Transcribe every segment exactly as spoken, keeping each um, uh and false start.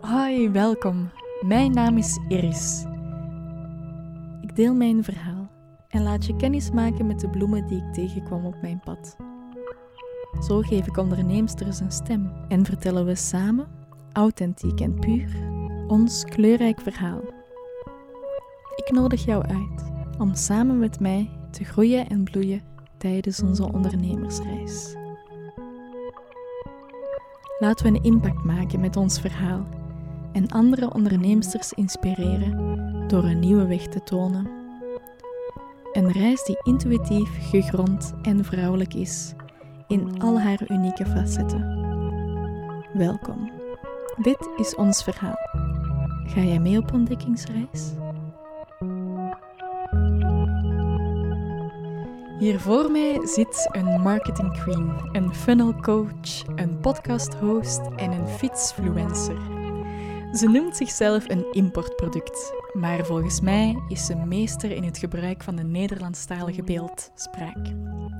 Hoi, welkom. Mijn naam is Iris. Ik deel mijn verhaal en laat je kennis maken met de bloemen die ik tegenkwam op mijn pad. Zo geef ik onderneemsters een stem en vertellen we samen, authentiek en puur, ons kleurrijk verhaal. Ik nodig jou uit om samen met mij te groeien en bloeien tijdens onze ondernemersreis. Laten we een impact maken met ons verhaal en andere onderneemsters inspireren door een nieuwe weg te tonen. Een reis die intuïtief, gegrond en vrouwelijk is in al haar unieke facetten. Welkom. Dit is ons verhaal. Ga jij mee op ontdekkingsreis? Hier voor mij zit een marketing queen, een funnel coach, een podcast host en een fietsfluencer. Ze noemt zichzelf een importproduct, maar volgens mij is ze meester in het gebruik van de Nederlandstalige beeldspraak.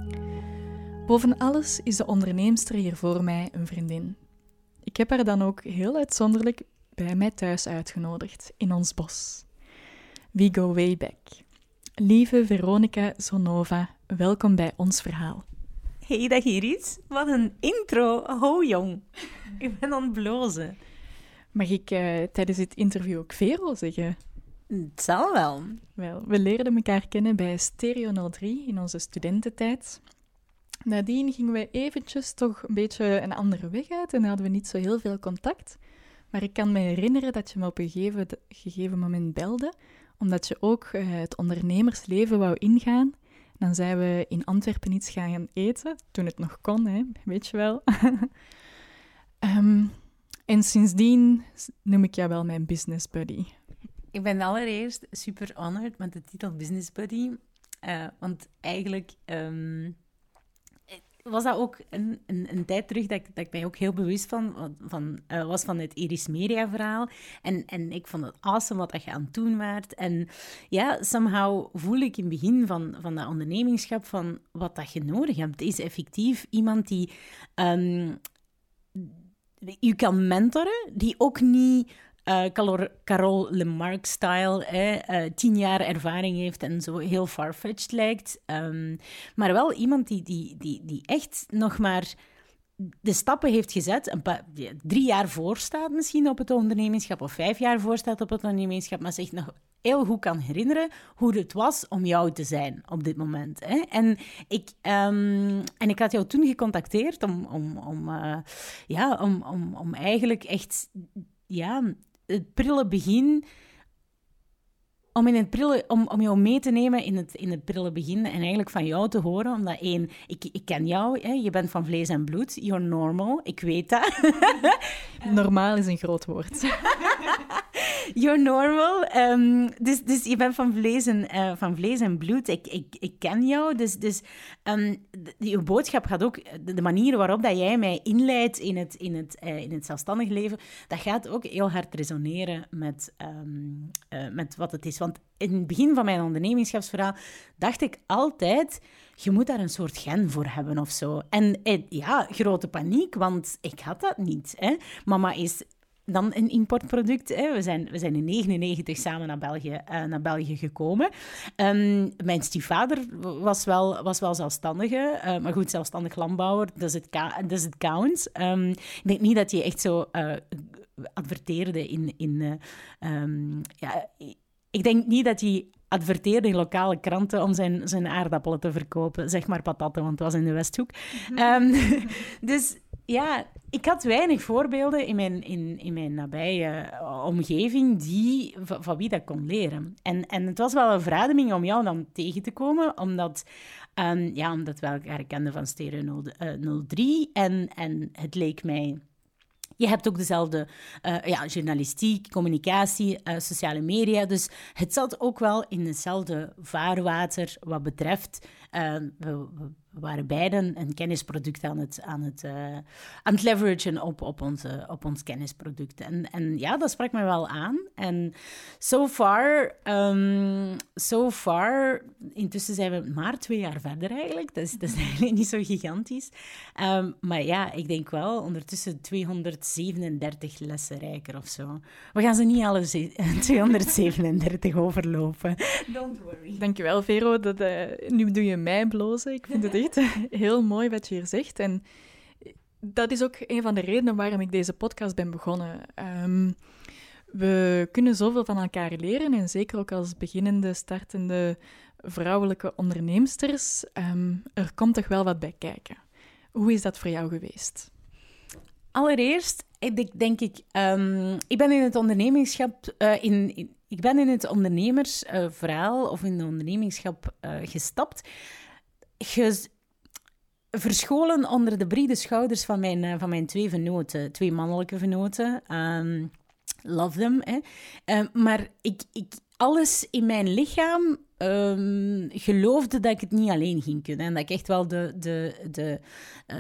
Boven alles is de onderneemster hier voor mij een vriendin. Ik heb haar dan ook heel uitzonderlijk bij mij thuis uitgenodigd, in ons bos. We go way back. Lieve Veronica Zonova, welkom bij ons verhaal. Hey, dag Iris. Wat een intro. Ho, jong. Ik ben aan het blozen. Mag ik uh, tijdens dit interview ook Vero zeggen? Het zal wel. Wel, we leerden elkaar kennen bij Stereo nul drie in onze studententijd. Nadien gingen we eventjes toch een beetje een andere weg uit en hadden we niet zo heel veel contact. Maar ik kan me herinneren dat je me op een gegeven, gegeven moment belde, omdat je ook uh, het ondernemersleven wou ingaan. Dan zijn we in Antwerpen iets gaan eten, toen het nog kon, hè, weet je wel. um, en sindsdien noem ik jou wel mijn business buddy. Ik ben allereerst super honored met de titel Business Buddy. Uh, want eigenlijk um, was dat ook een, een, een tijd terug dat ik, dat ik mij ook heel bewust van, van, uh, was van het Iris Media verhaal. En, en ik vond het awesome wat dat je aan het doen waart. En ja, somehow voel ik in het begin van, van dat ondernemingschap van wat dat je nodig hebt. Is effectief iemand die um, je kan mentoren, die ook niet Uh, Carol Lemarque-style, eh, uh, tien jaar ervaring heeft en zo heel farfetched lijkt. Um, maar wel iemand die, die, die, die echt nog maar de stappen heeft gezet, een paar, ja, drie jaar voor staat misschien op het ondernemerschap, of vijf jaar voor staat op het ondernemerschap, maar zich nog heel goed kan herinneren hoe het was om jou te zijn op dit moment. Hè? En, ik, um, en ik had jou toen gecontacteerd om, om, om, uh, ja, om, om, om eigenlijk echt... Ja, het prille begin, om, in het prille, om, om jou mee te nemen in het, in het prille begin en eigenlijk van jou te horen, omdat één, ik, ik ken jou, hè, je bent van vlees en bloed, you're normal, ik weet dat. Normaal is een groot woord. You're normal. Um, dus, dus je bent van vlees en, uh, van vlees en bloed. Ik, ik, ik ken jou. Dus, dus um, de, je boodschap gaat ook... De, de manier waarop dat jij mij inleidt in het, in, het, uh, in het zelfstandig leven, dat gaat ook heel hard resoneren met, um, uh, met wat het is. Want in het begin van mijn ondernemingschapsverhaal dacht ik altijd... Je moet daar een soort gen voor hebben of zo. En uh, ja, grote paniek, want ik had dat niet. Hè. Mama is... Dan een importproduct. Hè. We zijn, we zijn in negentien negenennegentig samen naar België, uh, naar België gekomen. Um, mijn stiefvader was wel, was wel zelfstandige, uh, maar goed, zelfstandig landbouwer, dus het does it count. Um, ik denk niet dat hij echt zo uh, adverteerde in... in uh, um, ja, ik denk niet dat hij adverteerde in lokale kranten om zijn, zijn aardappelen te verkopen. Zeg maar patatten, want het was in de Westhoek. Mm-hmm. Um, dus... Ja, ik had weinig voorbeelden in mijn, in, in mijn nabije omgeving die, van, van wie dat kon leren. En, en het was wel een verademing om jou dan tegen te komen, omdat, um, ja, omdat we elkaar kenden van Stereo nul drie. En, en het leek mij... Je hebt ook dezelfde uh, ja, journalistiek, communicatie, uh, sociale media. Dus het zat ook wel in hetzelfde vaarwater wat betreft Uh, we, we We waren beiden een kennisproduct aan het, aan het, uh, aan het leveragen op, op, onze, op ons kennisproduct. En, en ja, dat sprak me wel aan. En so far, um, so far, intussen zijn we maar twee jaar verder eigenlijk. Dat is, dat is eigenlijk niet zo gigantisch. Um, maar ja, ik denk wel ondertussen tweehonderdzevenendertig lessen rijker of zo. We gaan ze niet alle ze- tweehonderdzevenendertig overlopen. Don't worry. Dankjewel, Vero. Dat, uh, nu doe je mij blozen. Ik vind het echt heel mooi wat je hier zegt. En dat is ook een van de redenen waarom ik deze podcast ben begonnen. Um, we kunnen zoveel van elkaar leren. En zeker ook als beginnende, startende vrouwelijke onderneemsters. Um, er komt toch wel wat bij kijken. Hoe is dat voor jou geweest? Allereerst, ik denk ik... Um, ik ben in het ondernemingschap... Uh, in, in, ik ben in het ondernemersverhaal uh, of in het ondernemingschap uh, gestapt... Ges- verscholen onder de brede schouders van mijn, uh, van mijn twee venoten. Twee mannelijke venoten. Um, love them. Hè. Uh, maar ik, ik, alles in mijn lichaam um, geloofde dat ik het niet alleen ging kunnen. En dat ik echt wel de, de, de, uh,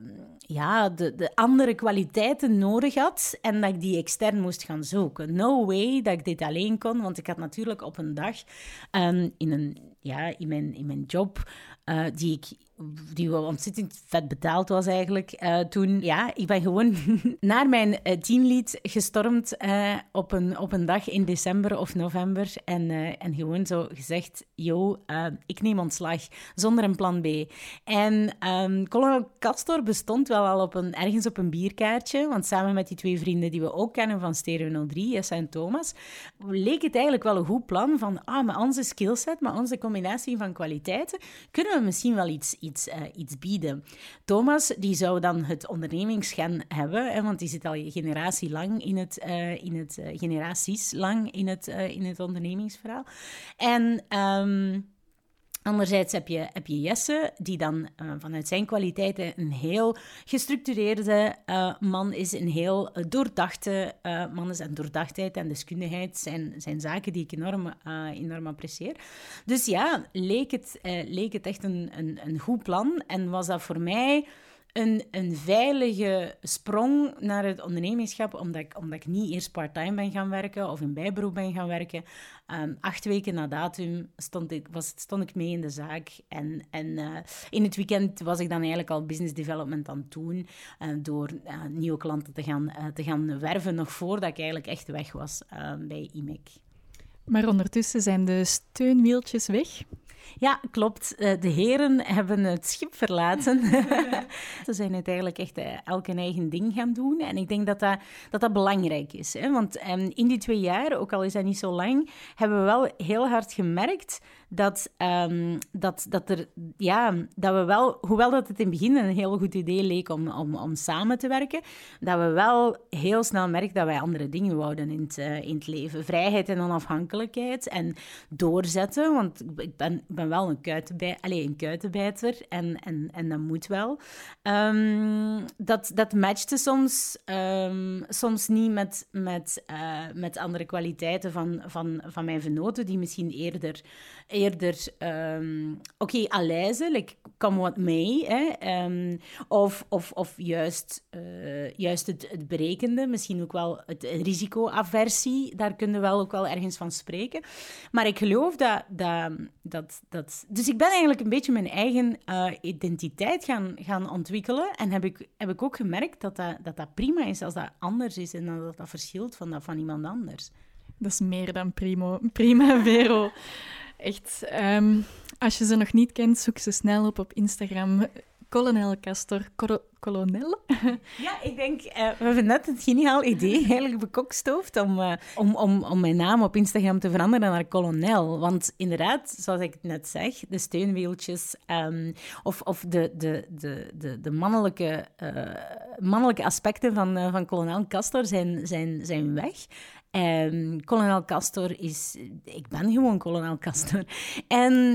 ja, de, de andere kwaliteiten nodig had. En dat ik die extern moest gaan zoeken. No way dat ik dit alleen kon. Want ik had natuurlijk op een dag um, in, een, ja, in, mijn, in mijn job... Uh, die ik die wel ontzettend vet betaald was eigenlijk. Uh, toen, ja, ik ben gewoon naar mijn uh, teamlead gestormd uh, op, een, op een dag in december of november. En, uh, en gewoon zo gezegd, yo, uh, ik neem ontslag, zonder een plan B. En um, Colonel Castor bestond wel al op een, ergens op een bierkaartje, want samen met die twee vrienden die we ook kennen van Stereo nul drie, Jesse en Thomas, leek het eigenlijk wel een goed plan van, ah, met onze skillset, met onze combinatie van kwaliteiten, kunnen we misschien wel iets Iets, uh, iets bieden. Thomas die zou dan het ondernemingsgen hebben, hè, want die zit al generatie lang in het, uh, in het uh, generaties lang in het, uh, in het ondernemingsverhaal. En um, anderzijds heb je, heb je Jesse, die dan uh, vanuit zijn kwaliteiten een heel gestructureerde uh, man is, een heel uh, doordachte uh, man is. En doordachtheid en deskundigheid zijn, zijn zaken die ik enorm, uh, enorm apprecieer. Dus ja, leek het, uh, leek het echt een, een, een goed plan en was dat voor mij... Een, een veilige sprong naar het ondernemingschap, omdat ik, omdat ik niet eerst part-time ben gaan werken of in bijberoep ben gaan werken. Um, acht weken na datum stond ik, was, stond ik mee in de zaak. En, en uh, in het weekend was ik dan eigenlijk al business development aan het doen, uh, door uh, nieuwe klanten te gaan, uh, te gaan werven, nog voordat ik eigenlijk echt weg was uh, bij I M E C. Maar ondertussen zijn de steunwieltjes weg. Ja, klopt. De heren hebben het schip verlaten. Ze zijn uiteindelijk echt elk een eigen ding gaan doen. En ik denk dat dat, dat, dat belangrijk is. Hè? Want um, in die twee jaar, ook al is dat niet zo lang, hebben we wel heel hard gemerkt dat, um, dat, dat, er, ja, dat we wel, hoewel dat het in het begin een heel goed idee leek om, om, om samen te werken, dat we wel heel snel merkten dat wij andere dingen wouden in het, uh, in het leven. Vrijheid en onafhankelijkheid en doorzetten, want ik ben, ik ben wel een, kuitenbij, allez, een kuitenbijter en, en, en dat moet wel. Um, dat, dat matchte soms, um, soms niet met, met, uh, met andere kwaliteiten van, van, van mijn venoten, die misschien eerder... eerder um, oké, okay, alijzen, like, come what may, hè, um, of, of, of juist, uh, juist het, het berekende, misschien ook wel het risicoaversie, daar kunnen we wel ook wel ergens van spreken. Maar ik geloof dat, dat, dat, dat... Dus ik ben eigenlijk een beetje mijn eigen uh, identiteit gaan, gaan ontwikkelen en heb ik, heb ik ook gemerkt dat dat, dat dat prima is als dat anders is en dat dat verschilt van dat van iemand anders. Dat is meer dan primo, prima, Vero. Echt, um, als je ze nog niet kent, zoek ze snel op op Instagram. Colonel Castor. Cor- kolonel? Ja, ik denk... Uh, we hebben net het geniaal idee eigenlijk bekokstoofd om, uh, om, om, om mijn naam op Instagram te veranderen naar kolonel. Want inderdaad, zoals ik net zeg, de steunwieltjes um, of, of de, de, de, de, de mannelijke, uh, mannelijke aspecten van, uh, van kolonel Castor zijn, zijn, zijn weg. Um, kolonel Castor is... Ik ben gewoon kolonel Castor. En...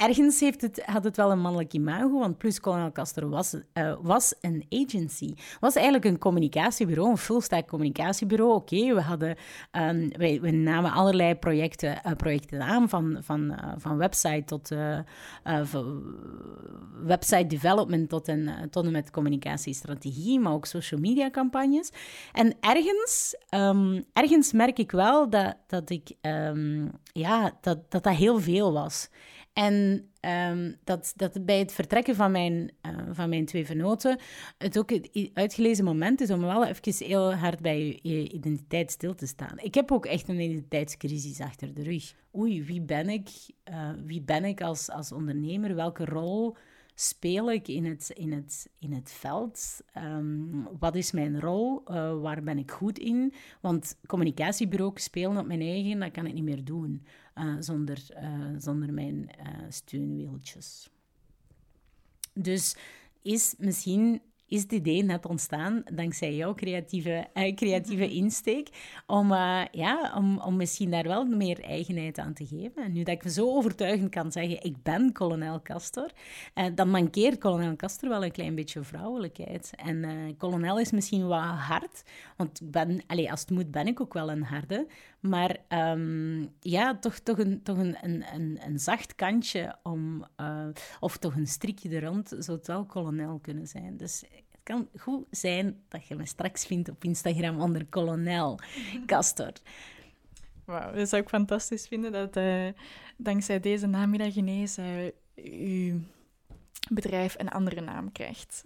ergens heeft het, had het wel een mannelijk imago, want Plus Colonel Castor was, uh, was een agency. Was eigenlijk een communicatiebureau, een full-stack communicatiebureau. Oké, okay, we hadden... Um, wij, we namen allerlei projecten, uh, projecten aan, van, van, uh, van website tot... Uh, uh, website development tot en, uh, tot en met communicatiestrategie, maar ook social media campagnes. En ergens, um, ergens merk ik wel dat, dat ik... Um, ja, dat, dat dat heel veel was. En um, dat, dat bij het vertrekken van mijn, uh, van mijn twee venoten het ook het uitgelezen moment is om wel even heel hard bij je, je identiteit stil te staan. Ik heb ook echt een identiteitscrisis achter de rug. Oei, wie ben ik? Uh, wie ben ik als, als ondernemer? Welke rol speel ik in het, in het, in het veld? Um, wat is mijn rol? Uh, waar ben ik goed in? Want communicatiebureau spelen op mijn eigen, dat kan ik niet meer doen uh, zonder, uh, zonder mijn uh, steunwieltjes. Dus is misschien... is het idee net ontstaan, dankzij jouw creatieve, uh, creatieve insteek, om, uh, ja, om, om misschien daar wel meer eigenheid aan te geven. En nu dat ik zo overtuigend kan zeggen, ik ben kolonel Castor, uh, dan mankeert kolonel Castor wel een klein beetje vrouwelijkheid. En uh, kolonel is misschien wat hard, want ik ben, allez, als het moet ben ik ook wel een harde, maar um, ja, toch, toch, een, toch een, een, een, een zacht kantje om, uh, of toch een strikje er rond, zou het wel kolonel kunnen zijn. Dus het kan goed zijn dat je me straks vindt op Instagram onder kolonel Castor. Wauw, dat zou ik fantastisch vinden dat uh, dankzij deze namiddag ineens uh, uw bedrijf een andere naam krijgt.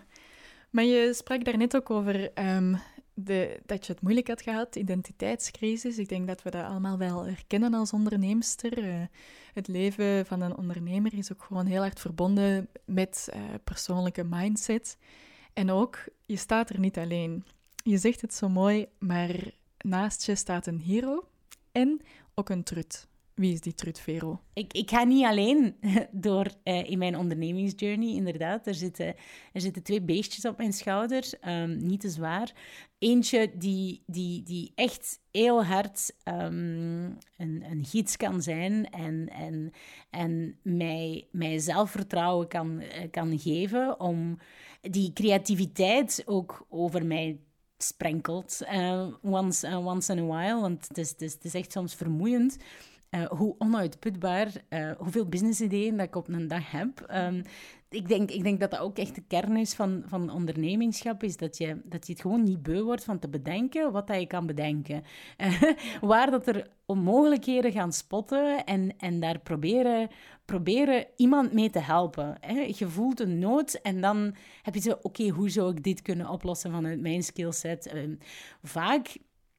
Maar je sprak daarnet ook over um, de, dat je het moeilijk had gehad, identiteitscrisis. Ik denk dat we dat allemaal wel herkennen als onderneemster. Uh, het leven van een ondernemer is ook gewoon heel hard verbonden met uh, persoonlijke mindset. En ook, je staat er niet alleen. Je zegt het zo mooi, maar naast je staat een hero en ook een trut. Wie is die trut, Vero? Ik, ik ga niet alleen door uh, in mijn ondernemingsjourney, inderdaad. Er zitten, er zitten twee beestjes op mijn schouder, um, niet te zwaar. Eentje die, die, die echt heel hard um, een, een gids kan zijn en, en, en mij, mij zelfvertrouwen kan, kan geven om die creativiteit ook over mij sprenkelt. Uh, once, uh, once in a while, want het is, het is, het is echt soms vermoeiend. Uh, hoe onuitputbaar, uh, hoeveel businessideeën dat ik op een dag heb. Um, ik, denk, ik denk dat dat ook echt de kern is van, van ondernemingschap, is dat je, dat je het gewoon niet beu wordt van te bedenken wat dat je kan bedenken. Uh, waar dat er onmogelijkheden gaan spotten en, en daar proberen, proberen iemand mee te helpen. Hè. Je voelt een nood en dan heb je zo, oké, okay, hoe zou ik dit kunnen oplossen vanuit mijn skillset? Uh, vaak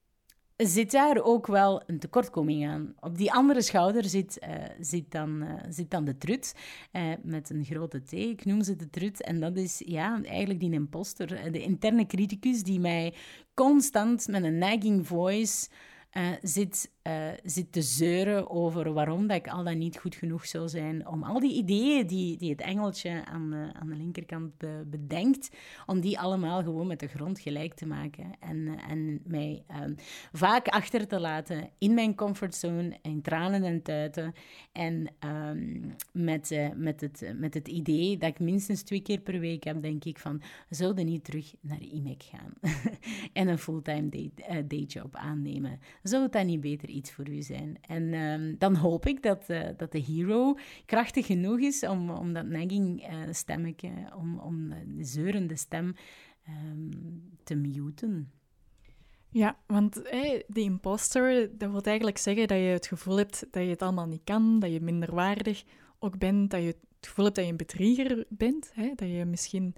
zit daar ook wel een tekortkoming aan. Op die andere schouder zit, uh, zit, dan, uh, zit dan de trut, uh, met een grote T. Ik noem ze de trut. En dat is ja, eigenlijk die imposter, de interne criticus die mij constant met een nagging voice uh, zit, uh, zit te zeuren over waarom dat ik al dan niet goed genoeg zou zijn. Om al die ideeën die, die het engeltje aan de, aan de linkerkant be, bedenkt, om die allemaal gewoon met de grond gelijk te maken. En, uh, en mij uh, vaak achter te laten in mijn comfortzone, in tranen en tuiten. En um, met, uh, met, het, met het idee dat ik minstens twee keer per week heb, denk ik van, zouden niet terug naar I M E C gaan en een fulltime day, uh, dayjob aannemen. Zou het dan niet beter iets voor u zijn? En um, dan hoop ik dat, uh, dat de hero krachtig genoeg is om, om dat nagging uh, stemmetje, om, om de zeurende stem um, te muten. Ja, want hey, die imposter, dat wil eigenlijk zeggen dat je het gevoel hebt dat je het allemaal niet kan, dat je minderwaardig ook bent, dat je het gevoel hebt dat je een bedrieger bent, hè? Dat je misschien,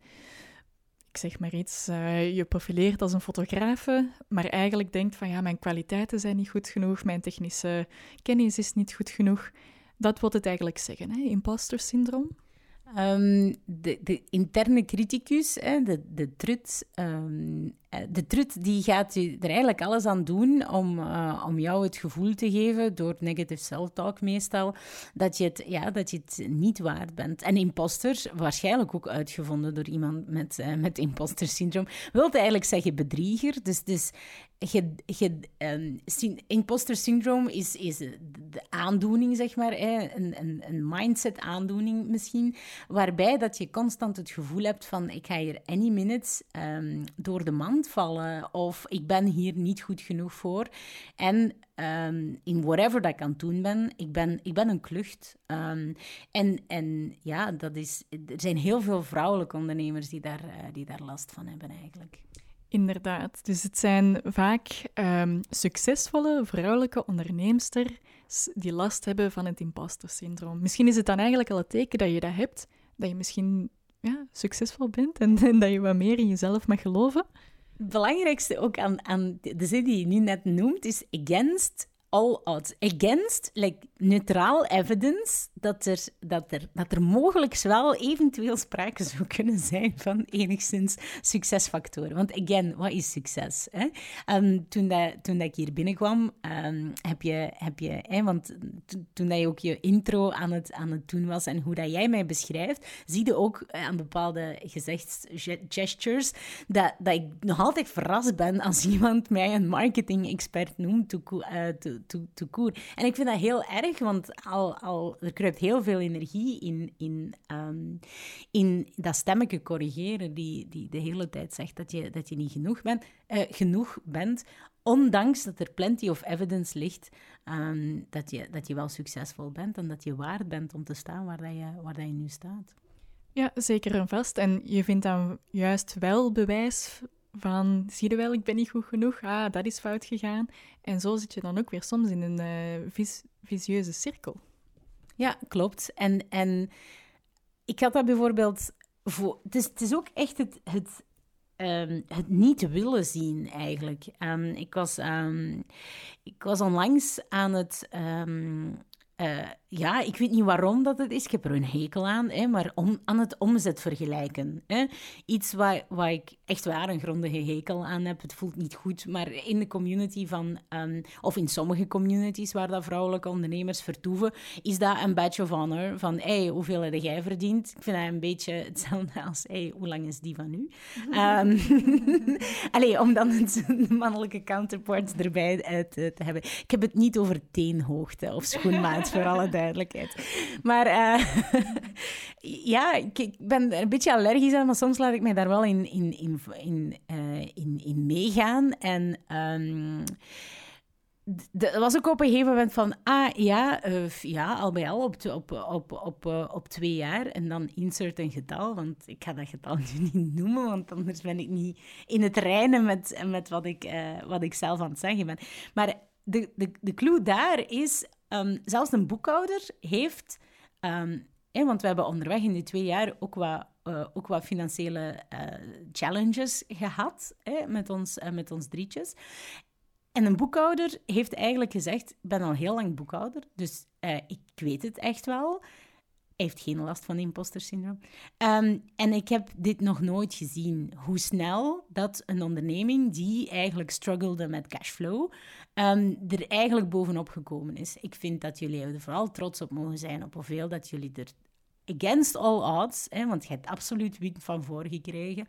ik zeg maar iets, uh, je profileert als een fotografe, maar eigenlijk denkt van ja, mijn kwaliteiten zijn niet goed genoeg, mijn technische kennis is niet goed genoeg. Dat wil het eigenlijk zeggen, hè? Imposter syndroom. Um, de, de interne criticus, hè, de, de trut, um, de trut die gaat er eigenlijk alles aan doen om, uh, om jou het gevoel te geven, door negative self-talk meestal, dat je, het, ja, dat je het niet waard bent. En imposter, waarschijnlijk ook uitgevonden door iemand met, uh, met imposter syndroom, wil eigenlijk zeggen bedrieger. Dus, dus je, je, um, syn- imposter syndrome is, is de, de aandoening, zeg maar, hè? Een, een, een mindset-aandoening misschien, waarbij dat je constant het gevoel hebt van ik ga hier any minute um, door de mand vallen of ik ben hier niet goed genoeg voor. En um, in whatever dat ik aan het doen ben, ik ben, ik ben een klucht. Um, en, en ja, dat is, er zijn heel veel vrouwelijke ondernemers die daar, uh, die daar last van hebben eigenlijk. Inderdaad. Dus het zijn vaak um, succesvolle vrouwelijke onderneemsters die last hebben van het imposter syndroom. Misschien is het dan eigenlijk al het teken dat je dat hebt, dat je misschien ja, succesvol bent en, en dat je wat meer in jezelf mag geloven. Het belangrijkste ook aan, aan de zin die je nu net noemt, is against all odds. Against, like, neutraal evidence, dat er, dat, er, dat er mogelijk wel eventueel sprake zou kunnen zijn van enigszins succesfactoren. Want again, wat is succes? Hè? Um, toen, dat, toen dat ik hier binnenkwam, um, heb je... Heb je hè, want to, toen dat je ook je intro aan het, aan het doen was en hoe dat jij mij beschrijft, zie je ook aan bepaalde gezichtsgestures dat, dat ik nog altijd verrast ben als iemand mij een marketing-expert noemt, to, uh, to, to, to koer. En ik vind dat heel erg, want al, al, er kruipt heel veel energie in, in, um, in dat stemmetje corrigeren die, die de hele tijd zegt dat je, dat je niet genoeg bent, uh, genoeg bent, ondanks dat er plenty of evidence ligt um, dat, je, dat je wel succesvol bent en dat je waard bent om te staan waar, dat je, waar dat je nu staat. Ja, zeker en vast. En je vindt dan juist wel bewijs van, zie je wel, ik ben niet goed genoeg, ah, dat is fout gegaan. En zo zit je dan ook weer soms in een uh, vis- visieuze cirkel. Ja, klopt. En, en ik had dat bijvoorbeeld... Voor, het, is, het is ook echt het, het, um, het niet willen zien, eigenlijk. Um, ik, was, um, ik was onlangs aan het... Um, Uh, ja, ik weet niet waarom dat het is. Ik heb er een hekel aan, hè, maar om, aan het omzet vergelijken. Hè. Iets waar, waar ik echt waar een grondige hekel aan heb. Het voelt niet goed, maar in de community van... Um, of in sommige communities waar dat vrouwelijke ondernemers vertoeven, is dat een badge of honor. Van, hey, hoeveel heb jij verdiend? Ik vind dat een beetje hetzelfde als, hey, hoe lang is die van u? um, Allee, om dan het, de mannelijke counterparts erbij te, te hebben. Ik heb het niet over teenhoogte of schoenmaat, voor alle duidelijkheid. Maar uh, ja, ik, ik ben er een beetje allergisch aan, maar soms laat ik mij daar wel in, in, in, in, uh, in, in meegaan. En um, er was ook op een gegeven moment van, ah ja, uh, ja al bij al op, op, op, op, uh, op twee jaar en dan insert een getal, want ik ga dat getal nu niet noemen, want anders ben ik niet in het reinen met, met wat, ik, uh, wat ik zelf aan het zeggen ben. Maar de, de, de clue daar is... Um, zelfs een boekhouder heeft... Um, eh, want we hebben onderweg in die twee jaar ook wat, uh, ook wat financiële uh, challenges gehad, eh, met, ons, uh, met ons drietjes. En een boekhouder heeft eigenlijk gezegd... Ik ben al heel lang boekhouder, dus uh, ik weet het echt wel. Hij heeft geen last van imposter syndroom. Um, en ik heb dit nog nooit gezien. Hoe snel dat een onderneming die eigenlijk struggelde met cashflow, um, er eigenlijk bovenop gekomen is. Ik vind dat jullie er vooral trots op mogen zijn op hoeveel dat jullie er against all odds, hè, want je hebt absoluut win van voor gekregen,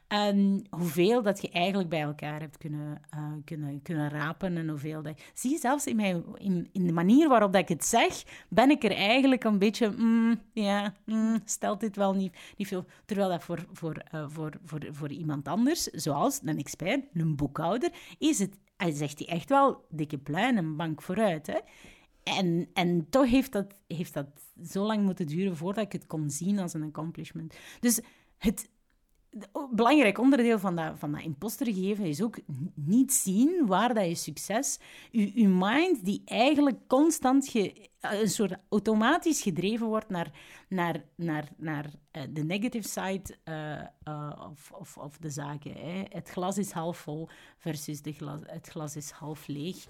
um, hoeveel dat je eigenlijk bij elkaar hebt kunnen, uh, kunnen, kunnen rapen en hoeveel dat... Zie je, zelfs in, mijn, in, in de manier waarop dat ik het zeg, ben ik er eigenlijk een beetje, mm, ja, mm, stelt dit wel niet, niet veel, terwijl dat voor, voor, uh, voor, voor, voor iemand anders, zoals een expert, een boekhouder, is het, hij zegt hij echt wel dikke pluim, een bank vooruit, hè. En, en toch heeft dat, heeft dat zo lang moeten duren voordat ik het kon zien als een accomplishment. Dus het, het belangrijk onderdeel van dat, van dat impostergegeven is ook niet zien waar dat je succes... Je, je mind die eigenlijk constant ge, een soort automatisch gedreven wordt naar, naar, naar, naar uh, de negative side uh, uh, of, of, of de zaken. Hè. Het glas is half vol versus de glas, het glas is half leeg.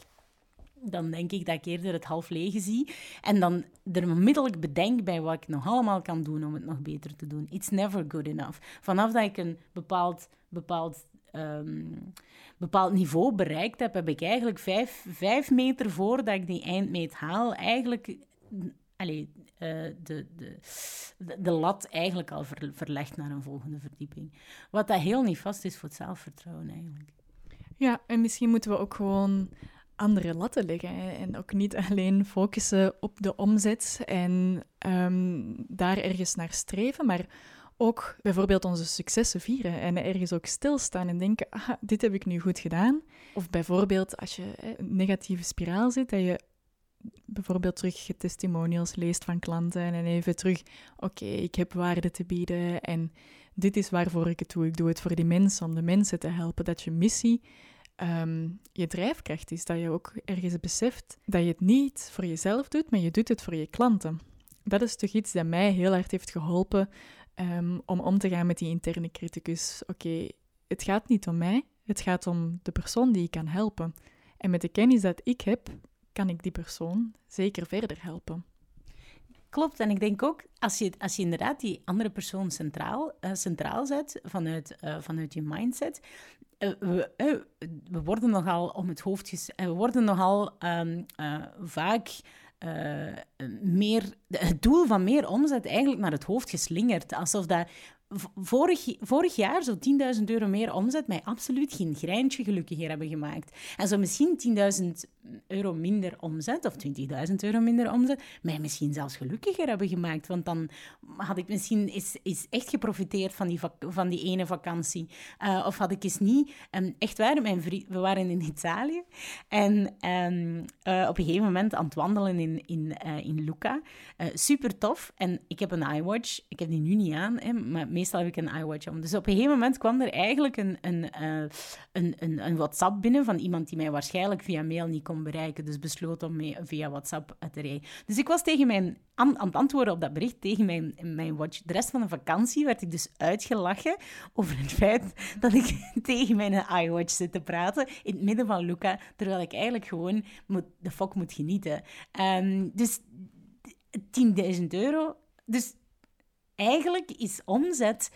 Dan denk ik dat ik eerder het half lege zie. En dan er onmiddellijk bedenk bij wat ik nog allemaal kan doen om het nog beter te doen. It's never good enough. Vanaf dat ik een bepaald, bepaald, um, bepaald niveau bereikt heb, heb ik eigenlijk vijf, vijf meter voordat ik die eindmeet haal, eigenlijk... Allee, uh, de, de, de lat eigenlijk al ver, verlegd naar een volgende verdieping. Wat dat heel niet vast is voor het zelfvertrouwen eigenlijk. Ja, en misschien moeten we ook gewoon andere latten leggen. Hè? En ook niet alleen focussen op de omzet en um, daar ergens naar streven, maar ook bijvoorbeeld onze successen vieren en ergens ook stilstaan en denken, ah, dit heb ik nu goed gedaan. Of bijvoorbeeld als je hè, een negatieve spiraal zit, dat je bijvoorbeeld terug je testimonials leest van klanten en even terug, oké, okay, ik heb waarde te bieden en dit is waarvoor ik het doe. Ik doe het voor die mensen, om de mensen te helpen. Dat je missie um, je drijfkracht is. Dat je ook ergens beseft dat je het niet voor jezelf doet, maar je doet het voor je klanten. Dat is toch iets dat mij heel hard heeft geholpen um, om om te gaan met die interne criticus. Oké, okay, het gaat niet om mij, het gaat om de persoon die ik kan helpen. En met de kennis dat ik heb, kan ik die persoon zeker verder helpen. Klopt, en ik denk ook, als je, als je inderdaad die andere persoon centraal, uh, centraal zet, vanuit, uh, vanuit je mindset, uh, we, uh, we worden nogal om het hoofd ges- uh, we worden nogal um, uh, vaak uh, meer, het doel van meer omzet eigenlijk naar het hoofd geslingerd, alsof dat Vorig, vorig jaar zo tienduizend euro meer omzet mij absoluut geen greintje gelukkiger hebben gemaakt. En zo misschien tienduizend euro minder omzet of twintigduizend euro minder omzet mij misschien zelfs gelukkiger hebben gemaakt. Want dan had ik misschien eens, eens echt geprofiteerd van die, van die ene vakantie. Uh, of had ik eens niet... Um, echt waar, mijn vriend, we waren in Italië en um, uh, op een gegeven moment aan het wandelen in, in, uh, in Lucca. Uh, super tof. En ik heb een iWatch. Ik heb die nu niet aan, hè, maar meestal heb ik een iWatch om. Dus op een gegeven moment kwam er eigenlijk een, een, uh, een, een, een WhatsApp binnen van iemand die mij waarschijnlijk via mail niet kon bereiken. Dus besloot om mee via WhatsApp te rijden. Dus ik was tegen mijn, aan, aan het antwoorden op dat bericht tegen mijn, mijn watch. De rest van de vakantie werd ik dus uitgelachen over het feit dat ik tegen mijn iWatch zit te praten in het midden van Lucca, terwijl ik eigenlijk gewoon moet, de fok moet genieten. Um, dus tienduizend euro. Dus eigenlijk is omzet...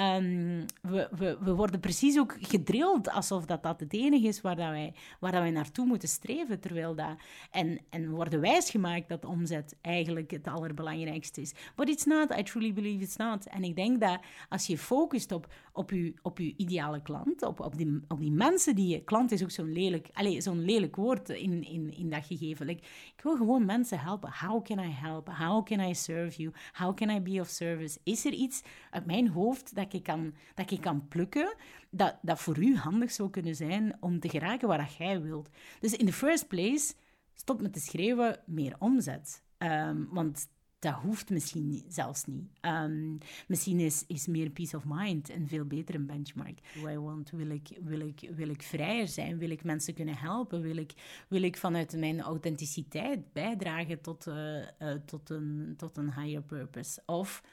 Um, we, we, we worden precies ook gedrild alsof dat, dat het enige is waar, dat wij, waar dat wij naartoe moeten streven. Terwijl dat, en, en we worden wijsgemaakt dat omzet eigenlijk het allerbelangrijkste is. But it's not. I truly believe it's not. En ik denk dat als je focust op, op, je, op je ideale klant, op, op, die, op die mensen die je... Klant is ook zo'n lelijk, allez, zo'n lelijk woord in, in, in dat gegeven. Like, ik wil gewoon mensen helpen. How can I help? How can I serve you? How can I be of service? Is er iets uit mijn hoofd dat ik kan, dat ik kan plukken, dat, dat voor u handig zou kunnen zijn om te geraken waar dat jij wilt. Dus in the first place, stop met te schreeuwen, meer omzet. Um, want dat hoeft misschien zelfs niet. Um, misschien is, is meer peace of mind een veel betere benchmark. Do I want, wil ik, wil ik, wil ik vrijer zijn? Wil ik mensen kunnen helpen? Wil ik, wil ik vanuit mijn authenticiteit bijdragen tot, uh, uh, tot, een, tot een higher purpose? Of...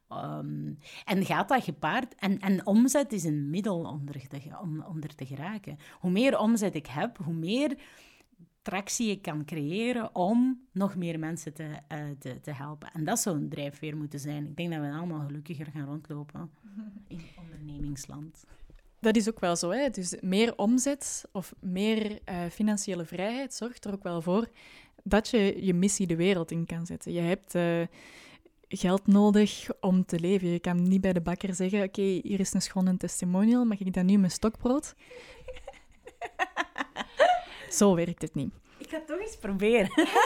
Um, en gaat dat gepaard... En, en omzet is een middel om er, te, om, om er te geraken. Hoe meer omzet ik heb, hoe meer tractie ik kan creëren om nog meer mensen te, uh, te, te helpen. En dat zou een drijfveer moeten zijn. Ik denk dat we allemaal gelukkiger gaan rondlopen in ondernemingsland. Dat is ook wel zo, hè. Dus meer omzet of meer uh, financiële vrijheid zorgt er ook wel voor dat je je missie de wereld in kan zetten. Je hebt... Uh, geld nodig om te leven. Je kan niet bij de bakker zeggen, oké, okay, hier is een schone testimonial, mag ik dan nu mijn stokbrood? Zo werkt het niet. Ik ga het toch eens proberen.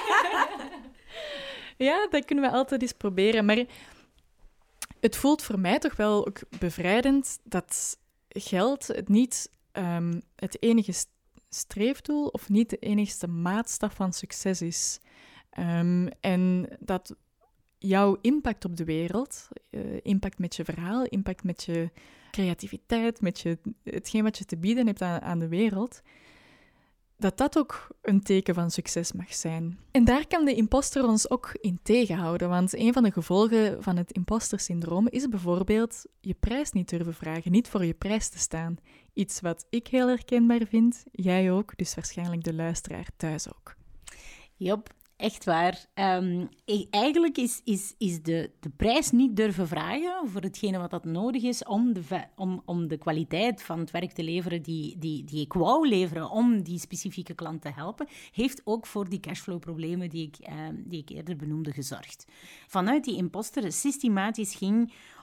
Ja, dat kunnen we altijd eens proberen. Maar het voelt voor mij toch wel ook bevrijdend dat geld het niet um, het enige streefdoel of niet de enigste maatstaf van succes is. Um, en dat jouw impact op de wereld, uh, impact met je verhaal, impact met je creativiteit, met je, hetgeen wat je te bieden hebt aan, aan de wereld, dat dat ook een teken van succes mag zijn. En daar kan de imposter ons ook in tegenhouden, want een van de gevolgen van het imposter-syndroom is bijvoorbeeld je prijs niet durven vragen, niet voor je prijs te staan. Iets wat ik heel herkenbaar vind, jij ook, dus waarschijnlijk de luisteraar thuis ook. Jop. Echt waar. Um, eigenlijk is, is, is de, de prijs niet durven vragen voor hetgene wat dat nodig is om de, om, om de kwaliteit van het werk te leveren die, die, die ik wou leveren om die specifieke klant te helpen, heeft ook voor die cashflow-problemen die ik, um, die ik eerder benoemde gezorgd. Vanuit die imposter systematisch ging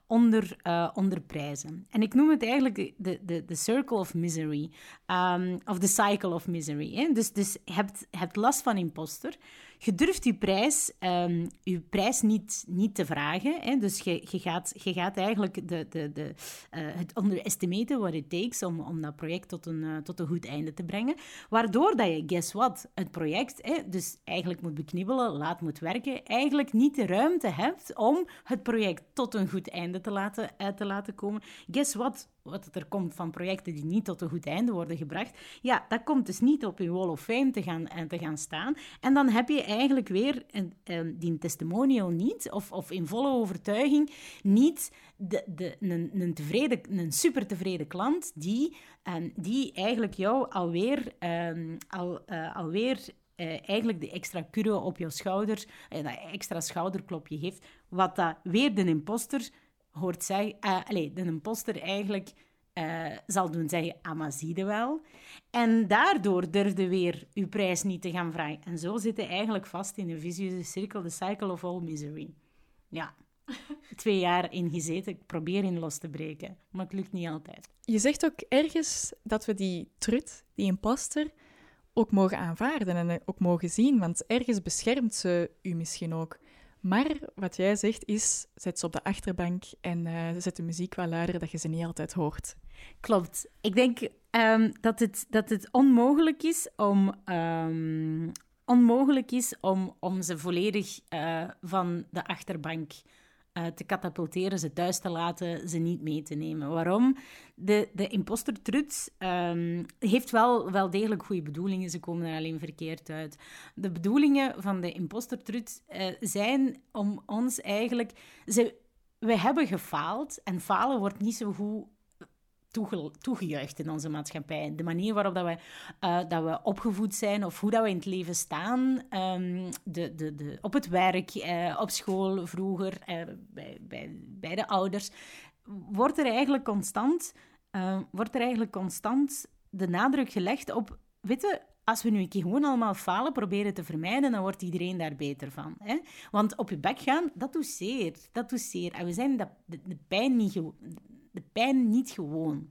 onder, uh, onder prijzen. En ik noem het eigenlijk de, de, de circle of misery, um, of the cycle of misery. Hè? Dus, dus je hebt, je hebt last van imposter. Je durft je prijs, um, je prijs niet, niet te vragen. Hè? Dus je, je, gaat, je gaat eigenlijk de, de, de, uh, het underestimaten what it takes om, om dat project tot een, uh, tot een goed einde te brengen. Waardoor dat je, guess what, het project hè, dus eigenlijk moet beknibbelen, laat moet werken, eigenlijk niet de ruimte hebt om het project tot een goed einde te laten, uh, te laten komen. Guess what? Wat er komt van projecten die niet tot een goed einde worden gebracht, ja, dat komt dus niet op je Wall of Fame te gaan, uh, te gaan staan. En dan heb je eigenlijk weer een, uh, die testimonial niet, of, of in volle overtuiging niet de, de, een, een, tevreden, een super tevreden klant die, uh, die eigenlijk jou alweer, uh, al, uh, alweer uh, eigenlijk de extra kurre op jouw schouders, uh, dat extra schouderklopje geeft, wat dat weer de imposter hoort zeggen, uh, allez, de imposter eigenlijk uh, zal doen zeggen, ah, maar zie je wel. En daardoor durfde weer uw prijs niet te gaan vragen. En zo zit je eigenlijk vast in een vicieuze cirkel, de cycle of all misery. Ja, twee jaar in gezeten, ik probeer in los te breken, maar het lukt niet altijd. Je zegt ook ergens dat we die trut, die imposter, ook mogen aanvaarden en ook mogen zien, want ergens beschermt ze u misschien ook. Maar wat jij zegt is, zet ze op de achterbank en uh, zet de muziek wel luider dat je ze niet altijd hoort. Klopt. Ik denk um, dat, het, dat het onmogelijk is om, um, onmogelijk is om, om ze volledig uh, van de achterbank uh, te katapulteren, ze thuis te laten, ze niet mee te nemen. Waarom? De, de imposter-trut um, heeft wel, wel degelijk goede bedoelingen, ze komen er alleen verkeerd uit. De bedoelingen van de imposter-trut uh, zijn om ons eigenlijk... Ze, we hebben gefaald en falen wordt niet zo goed toege, toegejuicht in onze maatschappij. De manier waarop dat we, uh, dat we opgevoed zijn of hoe dat we in het leven staan, um, de, de, de, op het werk, uh, op school vroeger, uh, bij, bij, bij de ouders, wordt er eigenlijk constant, uh, wordt er eigenlijk constant de nadruk gelegd op, weet je, als we nu een keer gewoon allemaal falen proberen te vermijden, dan wordt iedereen daar beter van. Hè? Want op je bek gaan, dat doet zeer. Dat doet zeer. En we zijn de, de, de, pijn, niet ge, de pijn niet gewoon.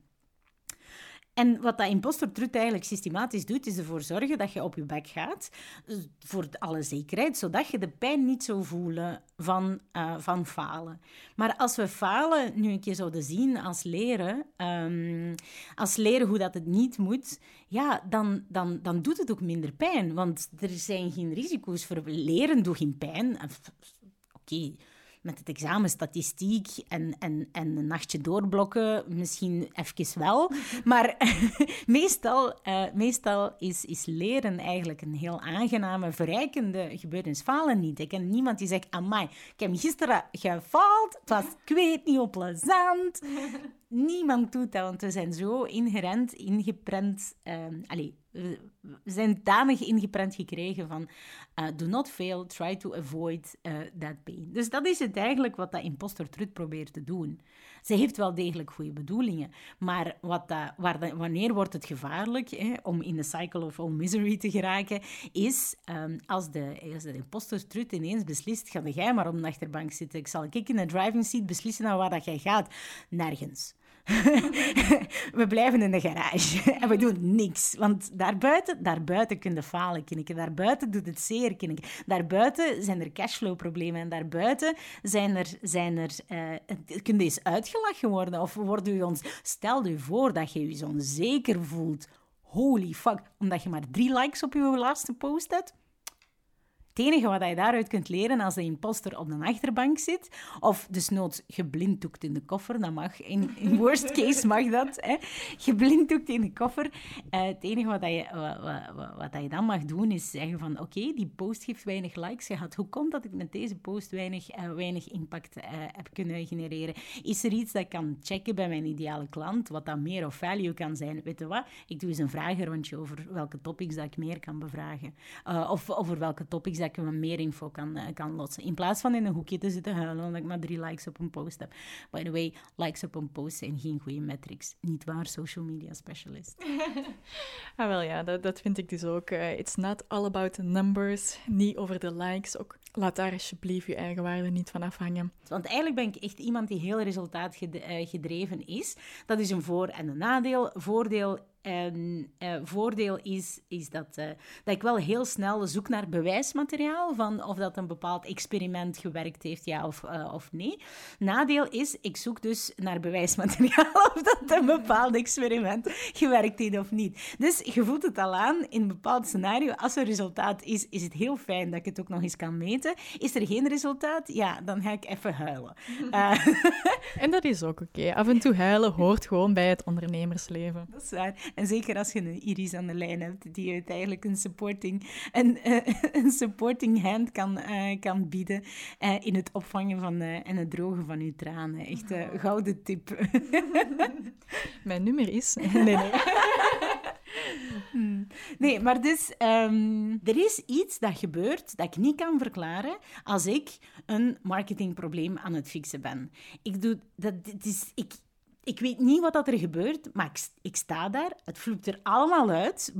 En wat dat imposter-trut eigenlijk systematisch doet, is ervoor zorgen dat je op je bek gaat, voor alle zekerheid, zodat je de pijn niet zou voelen van, uh, van falen. Maar als we falen nu een keer zouden zien als leren, um, als leren hoe dat het niet moet, ja, dan, dan, dan doet het ook minder pijn. Want er zijn geen risico's voor leren, doet geen pijn. Oké. Okay. Met het examen statistiek en, en, en een nachtje doorblokken, misschien even wel. Maar meestal, uh, meestal is, is leren eigenlijk een heel aangename, verrijkende gebeurtenis. Falen niet. Ik ken niemand die zegt, amai, ik heb gisteren gefaald, het was, ik weet niet, plezant. Niemand doet dat, want we zijn zo inherent, ingeprent... Uh, allez, we zijn danig ingeprent gekregen van uh, do not fail, try to avoid uh, that pain. Dus dat is het eigenlijk wat dat imposter-trut probeert te doen. Ze heeft wel degelijk goede bedoelingen, maar wat dat, waar dat, wanneer wordt het gevaarlijk hè, om in de cycle of all misery te geraken, is um, als, de, als de imposter-trut ineens beslist, ga jij maar op de achterbank zitten, ik zal ik in de driving seat beslissen naar waar dat jij gaat. Nergens. We blijven in de garage en we doen niks. Want daarbuiten, daarbuiten kun je falen, kinniken. Daarbuiten doet het zeer, kinniken. Daarbuiten zijn er cashflow-problemen en daarbuiten zijn er, zijn er, uh, kun je eens uitgelachen worden of worden je ons... Stel je voor dat je je zo onzeker voelt. Holy fuck. Omdat je maar drie likes op je laatste post hebt. Het enige wat je daaruit kunt leren als de imposter op de achterbank zit, of desnoods geblinddoekt in de koffer, dat mag. In, in worst case mag dat. Hè. Geblinddoekt in de koffer. Uh, het enige wat je, wat, wat, wat je dan mag doen, is zeggen van oké, okay, die post heeft weinig likes gehad. Hoe komt dat ik met deze post weinig, uh, weinig impact uh, heb kunnen genereren? Is er iets dat ik kan checken bij mijn ideale klant, wat dan meer of value kan zijn? Weet je wat? Ik doe eens een vragenrondje over welke topics dat ik meer kan bevragen. Uh, of over welke topics dat ik wat meer info kan, uh, kan lotsen. In plaats van in een hoekje te zitten huilen omdat ik maar drie likes op een post heb. By the way, likes op een post zijn geen goede metrics. Niet waar, social media specialist. Ah, wel ja, dat, dat vind ik dus ook. Uh, it's not all about the numbers. Niet over de likes. Ook Laat daar alsjeblieft je eigen waarde niet van afhangen. Want eigenlijk ben ik echt iemand die heel resultaatgedreven is. Dat is een voor- en een nadeel. Voordeel... En uh, voordeel is, is dat, uh, dat ik wel heel snel zoek naar bewijsmateriaal van of dat een bepaald experiment gewerkt heeft, ja of, uh, of nee. Nadeel is, ik zoek dus naar bewijsmateriaal of dat een bepaald experiment gewerkt heeft of niet. Dus je voelt het al aan, in een bepaald scenario, als er resultaat is, is het heel fijn dat ik het ook nog eens kan meten. Is er geen resultaat? Ja, dan ga ik even huilen. Uh, en dat is ook oké. Okay. Af en toe huilen hoort gewoon bij het ondernemersleven. Dat is waar. En zeker als je een Iris aan de lijn hebt, die je uiteindelijk een supporting, een, uh, een supporting hand kan, uh, kan bieden uh, in het opvangen van, uh, en het drogen van je tranen. Echt een uh, gouden tip. Mijn nummer is... Nee, nee. Hmm. Nee, maar dus, um, er is iets dat gebeurt dat ik niet kan verklaren als ik een marketingprobleem aan het fixen ben. Ik doe... Dat, het is... Ik, Ik weet niet wat dat er gebeurt, maar ik, ik sta daar. Het vloept er allemaal uit.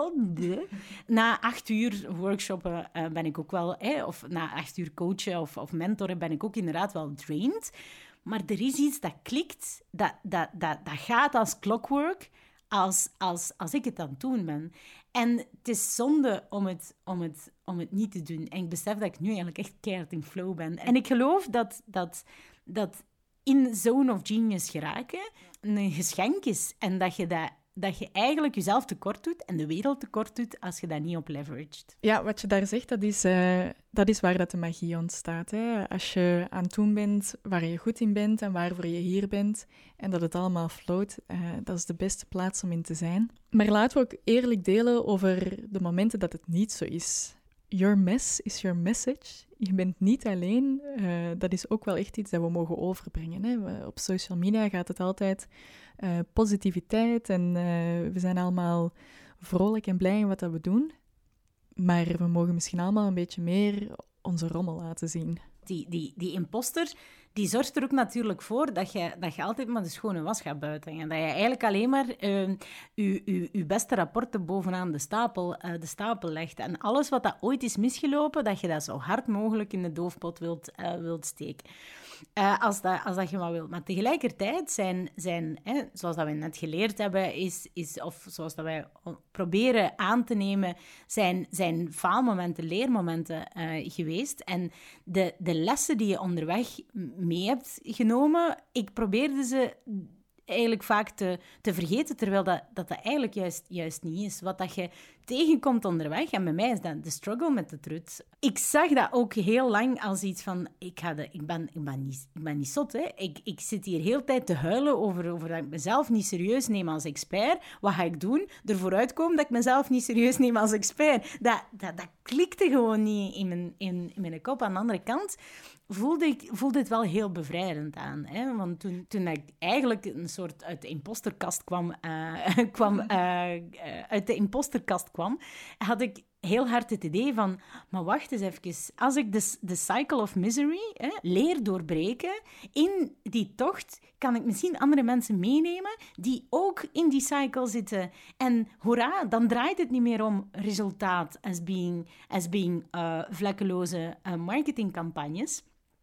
Na acht uur workshoppen uh, ben ik ook wel... Eh, of na acht uur coachen of, of mentoren ben ik ook inderdaad wel drained. Maar er is iets dat klikt, dat, dat, dat, dat gaat als clockwork, als, als, als ik het aan het doen ben. En het is zonde om het, om, het, om het niet te doen. En ik besef dat ik nu eigenlijk echt keihard in flow ben. En ik geloof dat... dat, dat in zone of genius geraken een geschenk is. En dat je, dat, dat je eigenlijk jezelf tekort doet en de wereld tekort doet als je dat niet op leveraged. Ja, wat je daar zegt, dat is, uh, dat is waar dat de magie ontstaat. Hè? Als je aan het doen bent waar je goed in bent en waarvoor je hier bent en dat het allemaal float, uh, dat is de beste plaats om in te zijn. Maar laten we ook eerlijk delen over de momenten dat het niet zo is. Your mess is your message. Je bent niet alleen. Uh, dat is ook wel echt iets dat we mogen overbrengen. Hè? Op social media gaat het altijd uh, positiviteit en uh, we zijn allemaal vrolijk en blij in wat dat we doen. Maar we mogen misschien allemaal een beetje meer onze rommel laten zien. Die, die, die imposter, die zorgt er ook natuurlijk voor dat je, dat je altijd maar de schone was gaat buiten. En dat je eigenlijk alleen maar uh, je, je, je beste rapporten bovenaan de stapel, uh, de stapel legt. En alles wat dat ooit is misgelopen, dat je dat zo hard mogelijk in de doofpot wilt, uh, wilt steken. Uh, als, dat, als dat je maar wilt. Maar tegelijkertijd zijn, zijn hè, zoals dat we net geleerd hebben, is, is, of zoals dat wij proberen aan te nemen, zijn, zijn faalmomenten, leermomenten uh, geweest. En de, de lessen die je onderweg mee hebt genomen, ik probeerde ze eigenlijk vaak te, te vergeten, terwijl dat, dat, dat eigenlijk juist, juist niet is. Wat dat je tegenkomt onderweg, en bij mij is dat de struggle met de truth. Ik zag dat ook heel lang als iets van, ik, ga de, ik, ben, ik, ben, niet, ik ben niet zot, hè. Ik, ik zit hier heel de tijd te huilen over, over dat ik mezelf niet serieus neem als expert. Wat ga ik doen? Ervoor uitkomen dat ik mezelf niet serieus neem als expert. Dat, dat, dat klikte gewoon niet in mijn, in, in mijn kop. Aan de andere kant voelde ik voelde het wel heel bevrijdend aan. Hè? Want toen, toen ik eigenlijk een soort uit de imposterkast kwam, uh, kwam uh, uh, uit de imposterkast kwam, had ik heel hard het idee van, maar wacht eens even, als ik de, de cycle of misery hè, leer doorbreken, in die tocht kan ik misschien andere mensen meenemen die ook in die cycle zitten. En hoera, dan draait het niet meer om resultaat as being, as being uh, vlekkeloze uh, marketingcampagnes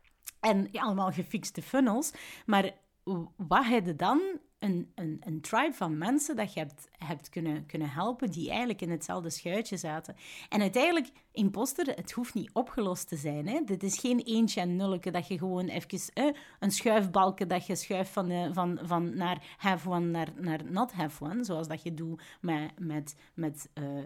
en ja, allemaal gefixte funnels, maar wat heb je dan een, een, een tribe van mensen dat je hebt, hebt kunnen, kunnen helpen die eigenlijk in hetzelfde schuitje zaten. En uiteindelijk, imposter, het hoeft niet opgelost te zijn. Hè? Dit is geen eentje en nulleke dat je gewoon even eh, een schuifbalken dat je schuift van, de, van, van naar have one naar, naar not have one, zoals dat je doet met, met, met, uh, uh,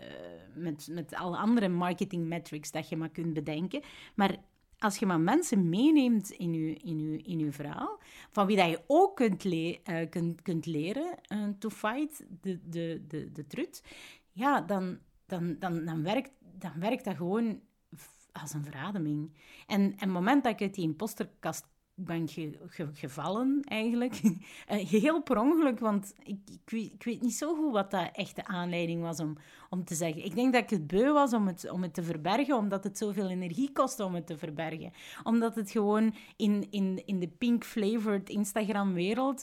met, met alle andere marketing metrics dat je maar kunt bedenken. Maar als je maar mensen meeneemt in je, in je, in je verhaal, van wie dat je ook kunt, le- uh, kunt, kunt leren uh, to fight de, de, de, de truth, ja, dan, dan, dan, dan, werkt, dan werkt dat gewoon als een verademing. En, en het moment dat ik uit die imposterkast ben ge, ge, gevallen, eigenlijk, uh, geheel per ongeluk, want ik, ik, weet, ik weet niet zo goed wat dat echt de aanleiding was om, om te zeggen. Ik denk dat ik het beu was om het, om het te verbergen, omdat het zoveel energie kostte om het te verbergen. Omdat het gewoon in, in, in de pink-flavored Instagram-wereld,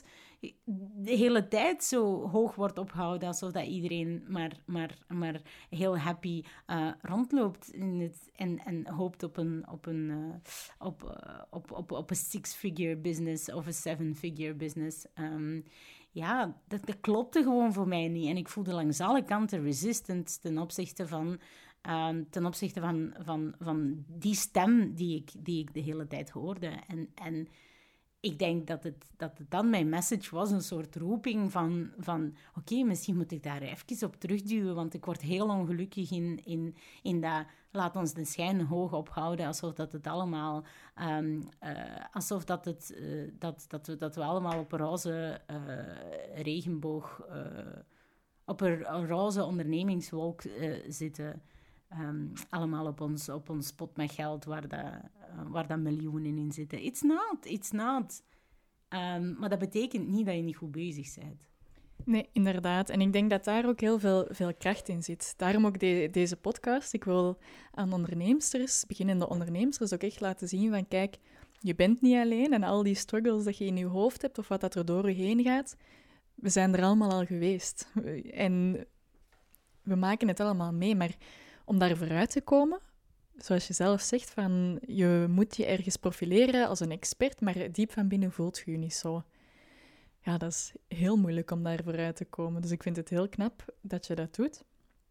de hele tijd zo hoog wordt opgehouden, alsof dat iedereen maar, maar, maar heel happy uh, rondloopt in het, en, en hoopt op een, op een, uh, op, uh, op, op, op een six-figure business of een seven-figure business. Um, ja, dat, dat klopte gewoon voor mij niet. En ik voelde langs alle kanten resistance ten opzichte van... Um, ten opzichte van, van, van die stem die ik, die ik de hele tijd hoorde. En, en ik denk dat het, dat het dan mijn message was, een soort roeping van... van oké, okay, misschien moet ik daar even op terugduwen, want ik word heel ongelukkig in, in, in dat... Laat ons de schijn hoog ophouden, alsof dat het allemaal... Um, uh, alsof dat, het, uh, dat, dat, we, dat we allemaal op een roze uh, regenboog... Uh, op een, een roze ondernemingswolk uh, zitten... Um, allemaal op ons, op ons pot met geld waar, dat, uh, waar dat miljoenen in zitten. It's not, it's not. Um, maar dat betekent niet dat je niet goed bezig bent. Nee, inderdaad. En ik denk dat daar ook heel veel, veel kracht in zit. Daarom ook de, deze podcast. Ik wil aan onderneemsters, beginnende onderneemsters, ook echt laten zien van kijk, je bent niet alleen en al die struggles dat je in je hoofd hebt of wat dat er door je heen gaat, we zijn er allemaal al geweest. En we maken het allemaal mee, maar... Om daar vooruit te komen, zoals je zelf zegt, van je moet je ergens profileren als een expert, maar diep van binnen voelt je je niet zo. Ja, dat is heel moeilijk om daar vooruit te komen. Dus ik vind het heel knap dat je dat doet.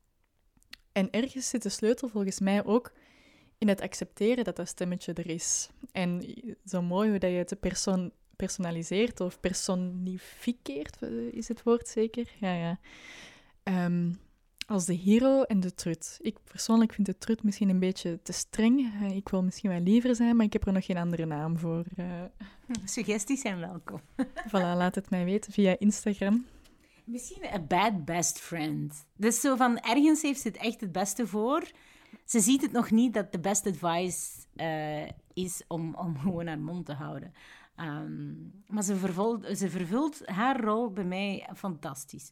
En ergens zit de sleutel volgens mij ook in het accepteren dat dat stemmetje er is. En zo mooi hoe dat je het persoon, personaliseert of personificeert, is het woord zeker? Ja, ja. Um, Als de hero en de trut. Ik persoonlijk vind de trut misschien een beetje te streng. Ik wil misschien wel liever zijn, maar ik heb er nog geen andere naam voor. Uh... Suggesties zijn welkom. Voilà, laat het mij weten via Instagram. Misschien een bad best friend. Dus zo van, ergens heeft ze het echt het beste voor. Ze ziet het nog niet dat de best advice uh, is om, om gewoon haar mond te houden. Um, maar ze, vervult, ze vervult haar rol bij mij fantastisch.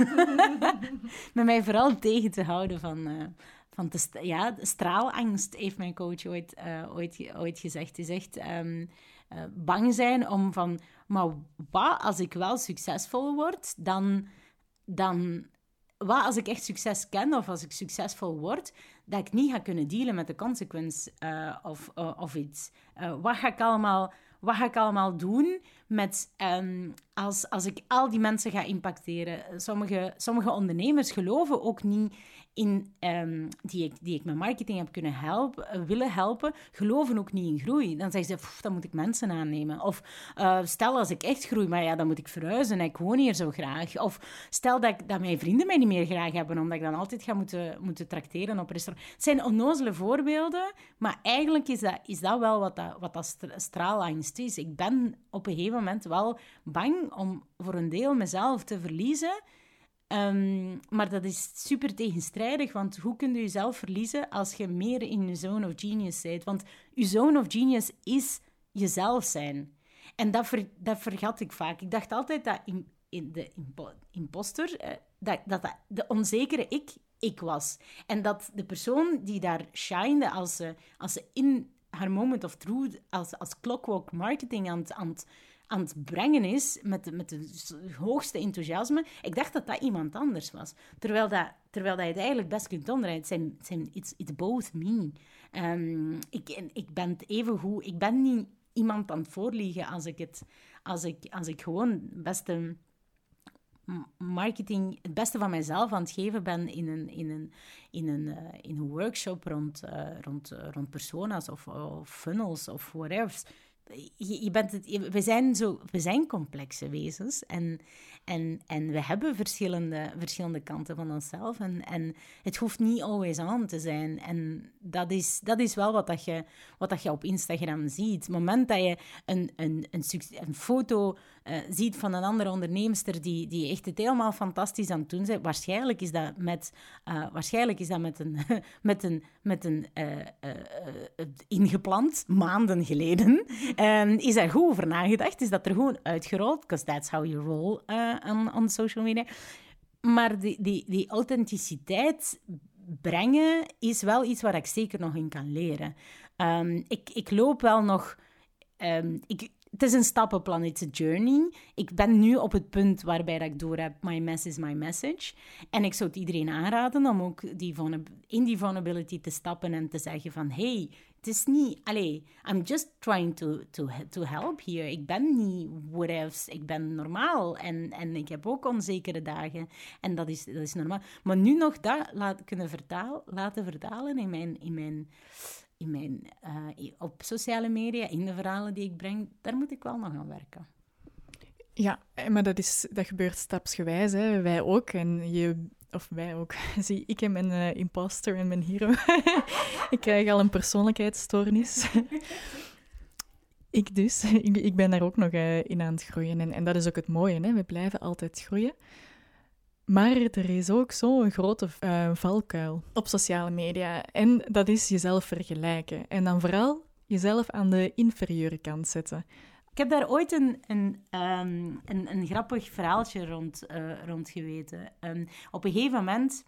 Bij mij vooral tegen te houden van... Uh, van te st- ja, straalangst, heeft mijn coach ooit, uh, ooit, ooit gezegd. Hij zegt, um, uh, bang zijn om van... Maar wat als ik wel succesvol word, dan... dan wat als ik echt succes ken of als ik succesvol word, dat ik niet ga kunnen dealen met de consequence uh, of, uh, of iets. Uh, wat ga ik allemaal... Wat ga ik allemaal doen met, um, als, als ik al die mensen ga impacteren? Sommige, sommige ondernemers geloven ook niet in, um, die, ik, die ik met marketing heb kunnen helpen, willen helpen, geloven ook niet in groei. Dan zeggen ze, dan moet ik mensen aannemen. Of uh, stel als ik echt groei, maar ja, dan moet ik verhuizen en ik woon hier zo graag. Of stel dat, ik, dat mijn vrienden mij niet meer graag hebben, omdat ik dan altijd ga moeten, moeten trakteren op restaurant. Het zijn onnozele voorbeelden, maar eigenlijk is dat, is dat wel wat dat, wat dat straalangst is. Ik ben op een gegeven moment wel bang om voor een deel mezelf te verliezen. Um, maar dat is super tegenstrijdig, want hoe kun je jezelf verliezen als je meer in je zone of genius bent? Want je zone of genius is jezelf zijn. En dat, ver, dat vergat ik vaak. Ik dacht altijd dat in, in de impo, imposter, uh, dat, dat, dat de onzekere ik, ik was. En dat de persoon die daar shinede als ze, als ze in haar moment of truth, als, als clockwork marketing aan het, aan het, aan het brengen is, met de, met de hoogste enthousiasme, ik dacht dat dat iemand anders was. Terwijl, dat, terwijl dat je het eigenlijk best kunt omdraaien. Het zijn, het zijn, it's, it's both me. Um, ik, ik ben het even goed. Ik ben niet iemand aan het voorliegen als ik, het, als ik, als ik gewoon het beste marketing, het beste van mijzelf aan het geven ben in een, in een, in een, uh, in een workshop rond, uh, rond, uh, rond persona's of, of funnels of whatever. Je, je bent het, we, zijn zo, we zijn complexe wezens en, en, en we hebben verschillende, verschillende kanten van onszelf. En, en het hoeft niet always on te zijn. En dat is, dat is wel wat, dat je, wat dat je op Instagram ziet. Het moment dat je een, een, een, een foto uh, ziet van een andere onderneemster die, die echt het helemaal fantastisch aan het doen is, waarschijnlijk is dat met, uh, waarschijnlijk is dat met een, met een, met een uh, uh, uh, ingepland, maanden geleden. Um, is daar goed over nagedacht? Is dat er gewoon uitgerold? Because that's how you roll uh, on, on social media. Maar die, die, die authenticiteit brengen is wel iets waar ik zeker nog in kan leren. Um, ik, ik loop wel nog... Um, ik, het is een stappenplan, it's a journey. Ik ben nu op het punt waarbij dat ik door heb, my mess is my message. En ik zou het iedereen aanraden om ook die in die vulnerability te stappen en te zeggen van, hey, het is niet, allee, I'm just trying to, to, to help here. Ik ben niet whatevs, ik ben normaal. En, en ik heb ook onzekere dagen. En dat is, dat is normaal. Maar nu nog dat laat, kunnen vertaal, laten vertalen in mijn... In mijn In mijn, uh, op sociale media, in de verhalen die ik breng, daar moet ik wel nog aan werken. Ja, maar dat, is, dat gebeurt stapsgewijs. Hè. Wij ook. En je, of wij ook. Zie, ik en mijn uh, imposter en mijn hero. Ik krijg al een persoonlijkheidsstoornis. Ik dus. Ik, ik ben daar ook nog uh, in aan het groeien. En, en dat is ook het mooie. Hè. We blijven altijd groeien. Maar er is ook zo'n grote uh, valkuil op sociale media. En dat is jezelf vergelijken. En dan vooral jezelf aan de inferieure kant zetten. Ik heb daar ooit een, een, um, een, een grappig verhaaltje rond, uh, rond geweten. Um, op een gegeven moment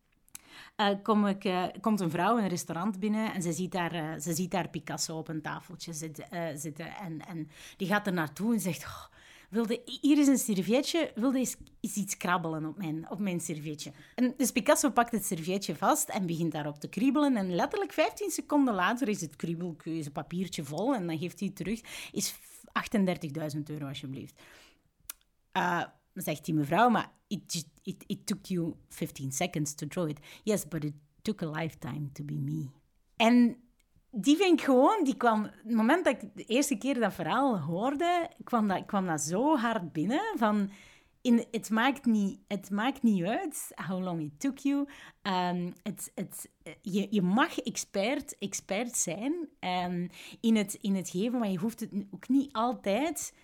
uh, kom ik, uh, komt een vrouw in een restaurant binnen en ze ziet daar, uh, ze ziet daar Picasso op een tafeltje zit, uh, zitten. En, en die gaat er naartoe en zegt... Oh, wilde, hier is een servietje, wilde eens, eens iets krabbelen op mijn, op mijn servietje. En dus Picasso pakt het servietje vast en begint daarop te kriebelen. En letterlijk vijftien seconden later is het kriebeltje, is het papiertje vol. En dan geeft hij het terug. Is achtendertigduizend euro, alsjeblieft. Uh, dan zegt die mevrouw, maar it, it, it took you fifteen seconds to draw it. Yes, but it took a lifetime to be me. En... Die vind ik gewoon, die kwam... Het moment dat ik de eerste keer dat verhaal hoorde, kwam dat, kwam dat zo hard binnen. Van, in, het, maakt niet, het maakt niet uit how long it took you. Um, het, het, je, je mag expert, expert zijn um, in, het, in het geven, maar je hoeft het ook niet altijd...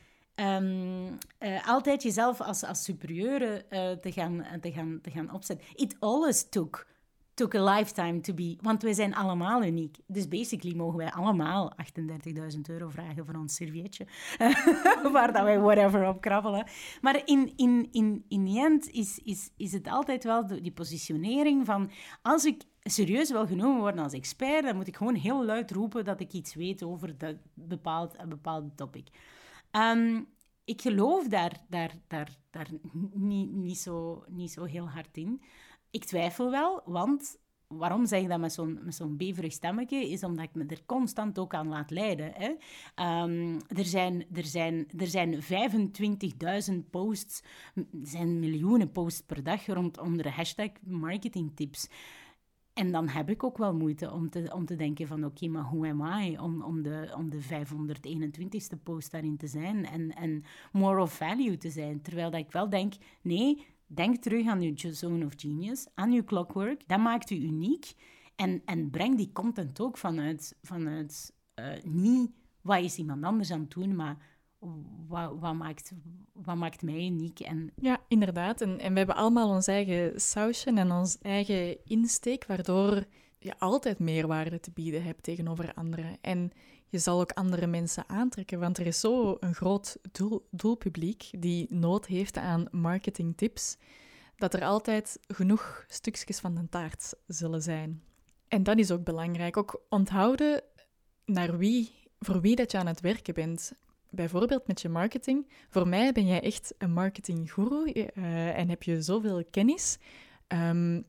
Um, uh, altijd jezelf als, als superieure uh, te, gaan, te, gaan, te gaan opzetten. It always took... took a lifetime to be... Want wij zijn allemaal uniek. Dus basically mogen wij allemaal achtendertigduizend euro vragen voor ons servietje. Waar dat wij whatever op krabbelen. Maar in, in, in, in the end is, is, is het altijd wel de, die positionering van... Als ik serieus wil genomen worden als expert, dan moet ik gewoon heel luid roepen dat ik iets weet over dat bepaald, een bepaald topic. Um, ik geloof daar, daar, daar, daar niet, niet, zo, niet zo heel hard in. Ik twijfel wel, want waarom zeg ik dat met zo'n, met zo'n beverig stemmetje? Is omdat ik me er constant ook aan laat leiden. Hè? Um, er, zijn, er, zijn, er zijn vijfentwintigduizend posts, er zijn miljoenen posts per dag rond onder de hashtag marketingtips. En dan heb ik ook wel moeite om te, om te denken van oké, okay, maar hoe am I om, om, de, om de vijfhonderdeenentwintigste post daarin te zijn en, en more of value te zijn. Terwijl dat ik wel denk, nee... Denk terug aan uw zone of genius, aan uw clockwork. Dat maakt u uniek. En, en breng die content ook vanuit, vanuit uh, niet wat is iemand anders aan het doen, maar wat, wat, maakt, wat maakt mij uniek. En... Ja, inderdaad. En, en we hebben allemaal ons eigen sausje en ons eigen insteek, waardoor je altijd meerwaarde te bieden hebt tegenover anderen. En je zal ook andere mensen aantrekken, want er is zo een groot doel, doelpubliek die nood heeft aan marketingtips, dat er altijd genoeg stukjes van de taart zullen zijn. En dat is ook belangrijk. Ook onthouden naar wie, voor wie dat je aan het werken bent. Bijvoorbeeld met je marketing. Voor mij ben jij echt een marketinggoeroe uh, en heb je zoveel kennis. Um,